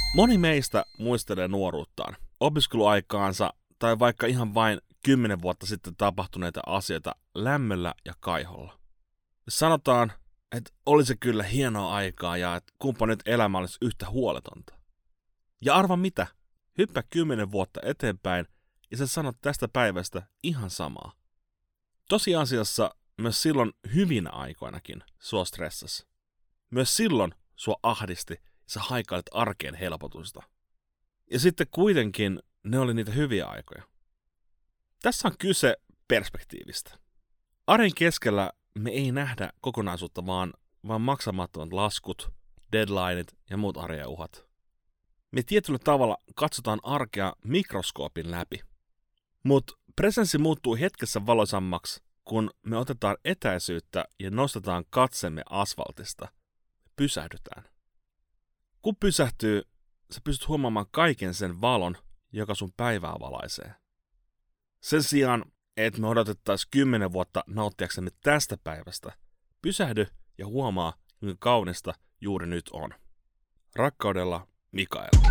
Moni meistä muistelee nuoruuttaan, opiskeluaikaansa tai vaikka ihan vain 10 vuotta sitten tapahtuneita asioita lämmöllä ja kaiholla. Sanotaan, että oli se kyllä hienoa aikaa ja että kumpa nyt elämä olisi yhtä huoletonta. Ja arva mitä? Hyppää 10 vuotta eteenpäin ja sä sanot tästä päivästä ihan samaa. Tosiasiassa myös silloin hyvinä aikoinakin sua stressasi. Myös silloin sua ahdisti ja sä haikailit arkeen helpotusta. Ja sitten kuitenkin ne oli niitä hyviä aikoja. Tässä on kyse perspektiivistä. Arjen keskellä me ei nähdä kokonaisuutta, vaan maksamattomat laskut, deadlineit ja muut arjen uhat. Me tietyllä tavalla katsotaan arkea mikroskoopin läpi. Mutta presenssi muuttuu hetkessä valoisammaksi, kun me otetaan etäisyyttä ja nostetaan katsemme asfaltista. Pysähdytään. Kun pysähtyy, sä pystyt huomaamaan kaiken sen valon, joka sun päivää valaisee. Sen sijaan, että me odotettaisiin 10 vuotta nauttiaksemme tästä päivästä, pysähdy ja huomaa, kuinka kaunista juuri nyt on. Rakkaudella, Mikael.